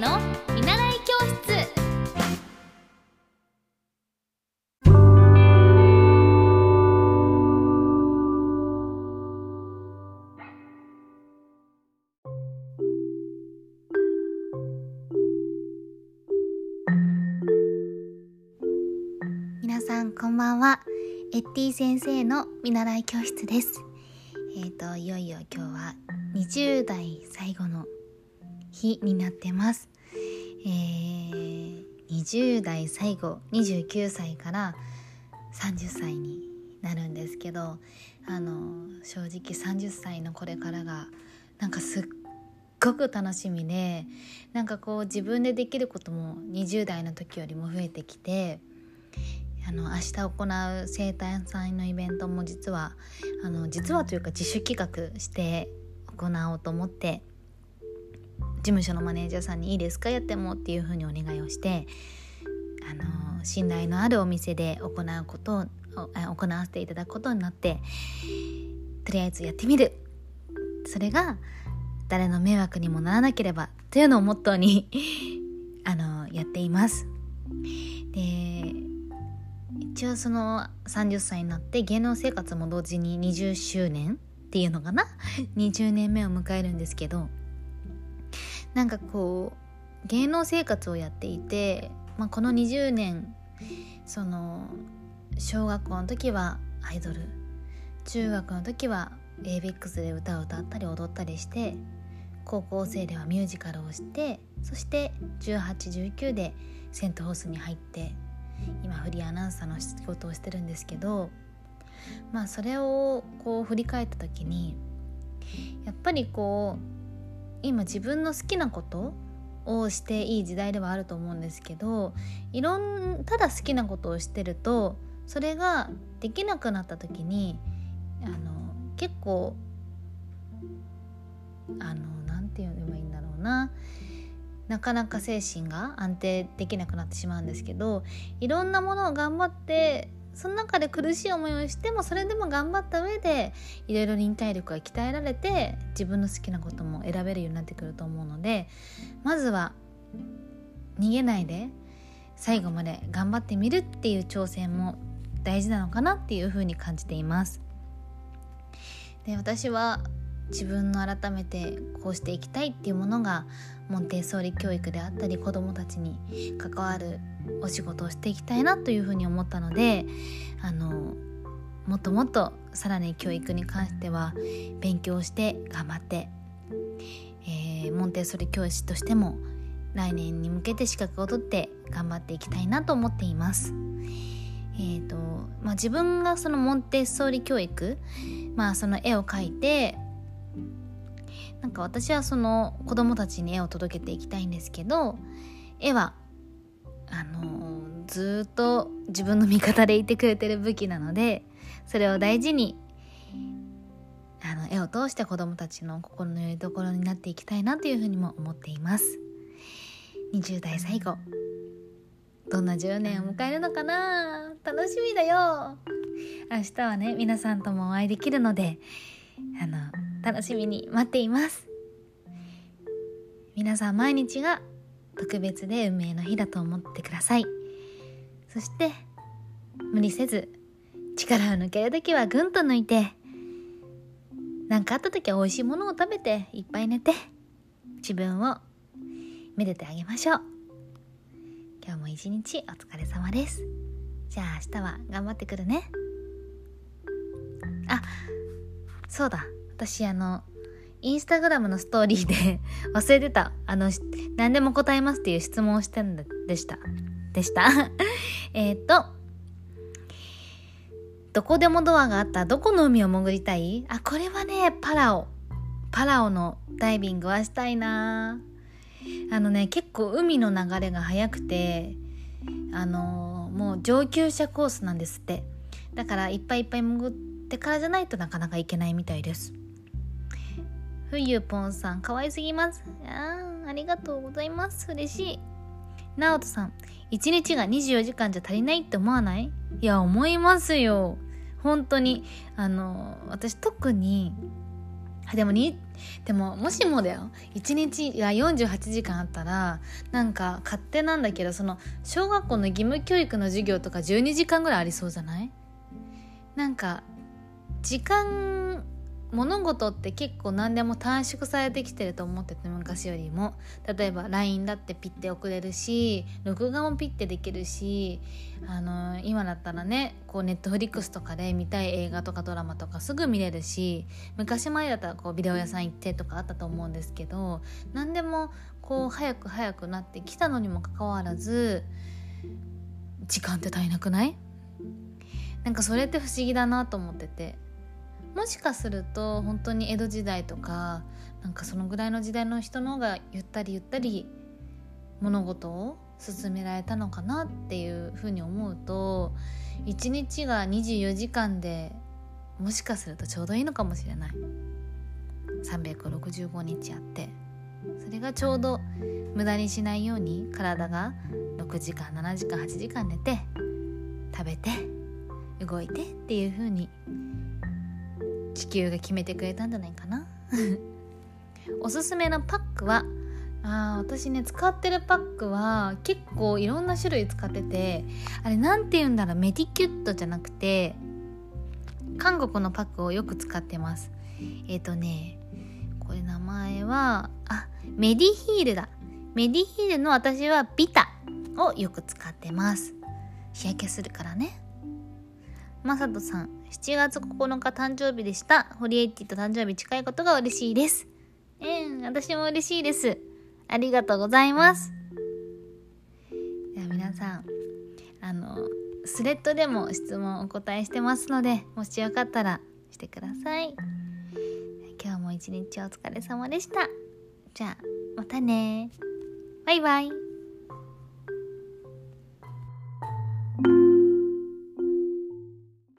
の見習い教室。皆さんこんばんは。エッティ先生の見習い教室です。いよいよ今日は20代最後の日になってます。20代最後、29歳から30歳になるんですけど、正直30歳のこれからがなんかすっごく楽しみで、なんかこう自分でできることも20代の時よりも増えてきて、明日行う生誕祭のイベントも実はというか自主企画して行おうと思って、事務所のマネージャーさんにいいですかやってもっていうふうにお願いをして、信頼のあるお店で行わせていただくことになって、とりあえずやってみる、それが誰の迷惑にもならなければというのをモットーにやっています。で、一応その30歳になって芸能生活も同時に20周年っていうのかな20年目を迎えるんですけど、なんかこう芸能生活をやっていて、この20年、その小学校の時はアイドル、中学の時は ABEX で歌を歌ったり踊ったりして、高校生ではミュージカルをして、そして18、19でセントホースに入って、今フリーアナウンサーの仕事をしてるんですけど、それをこう振り返った時に、やっぱりこう今自分の好きなことをしていい時代ではあると思うんですけど、ただ好きなことをしてると、それができなくなった時に結構なんて言えばいいんだろうな、なかなか精神が安定できなくなってしまうんですけど、いろんなものを頑張って、その中で苦しい思いをしても、それでも頑張った上でいろいろ忍耐力が鍛えられて、自分の好きなことも選べるようになってくると思うので、まずは逃げないで最後まで頑張ってみるっていう挑戦も大事なのかなっていうふうに感じています。で、私は自分の改めてこうしていきたいっていうものが、モンテッソーリ教育であったり、子どもたちに関わるお仕事をしていきたいなというふうに思ったので、もっともっとさらに教育に関しては勉強して頑張って、モンテッソーリ教師としても来年に向けて資格を取って頑張っていきたいなと思っています。自分がそのモンテッソーリ教育、その絵を描いて、なんか私はその子供たちに絵を届けていきたいんですけど、絵はずっと自分の味方でいてくれてる武器なので、それを大事に絵を通して子供たちの心のよりどころになっていきたいなというふうにも思っています。20代最後、どんな10年を迎えるのかな、楽しみだよ。明日はね、皆さんともお会いできるので、楽しみに待っています。皆さん毎日が特別で運命の日だと思ってください。そして無理せず、力を抜けるときはぐんと抜いて、何かあったときは美味しいものを食べて、いっぱい寝て、自分をめでてあげましょう。今日も一日お疲れ様です。じゃあ明日は頑張ってくるね。そうだ、私インスタグラムのストーリーで忘れてた、何でも答えますっていう質問をしてんでしたどこでもドアがあったらどこの海を潜りたい？これはね、パラオのダイビングはしたいな。結構海の流れが速くて、もう上級者コースなんですって。だからいっぱいいっぱい潜ってからじゃないとなかなか行けないみたいです。ふゆぽんさん、可愛すぎます。ありがとうございます。嬉しい。なおとさん、1日が24時間じゃ足りないって思わない？いや、思いますよ。本当に私特にでももしもだよ、1日が48時間あったら、なんか勝手なんだけど、その小学校の義務教育の授業とか12時間ぐらいありそうじゃない？なんか物事って結構何でも短縮されてきてると思ってて、昔よりも。例えば LINE だってピッて送れるし、録画もピッてできるし、今だったらね、こうNetflixとかで見たい映画とかドラマとかすぐ見れるし、昔前だったらこうビデオ屋さん行ってとかあったと思うんですけど、何でもこう早くなってきたのにもかかわらず、時間って足りなくない？なんかそれって不思議だなと思ってて、もしかすると本当に江戸時代とか、なんかそのぐらいの時代の人の方がゆったり物事を進められたのかなっていうふうに思うと、1日が24時間でもしかするとちょうどいいのかもしれない。365日あって、それがちょうど無駄にしないように、体が6時間7時間8時間寝て食べて動いてっていう風に地球が決めてくれたんじゃないかなおすすめのパックは、私ね使ってるパックは結構いろんな種類使ってて、あれなんて言うんだろう、メディキュットじゃなくて韓国のパックをよく使ってます。これ名前はメディヒールだ。メディヒールの私はビタをよく使ってます。日焼けするからね。まさとさん、7月9日誕生日でした。ホリエイティと誕生日近いことが嬉しいです。私も嬉しいです。ありがとうございます。では皆さん、スレッドでも質問お答えしてますので、もしよかったらしてください。今日も一日お疲れ様でした。じゃあまたね。バイバイ。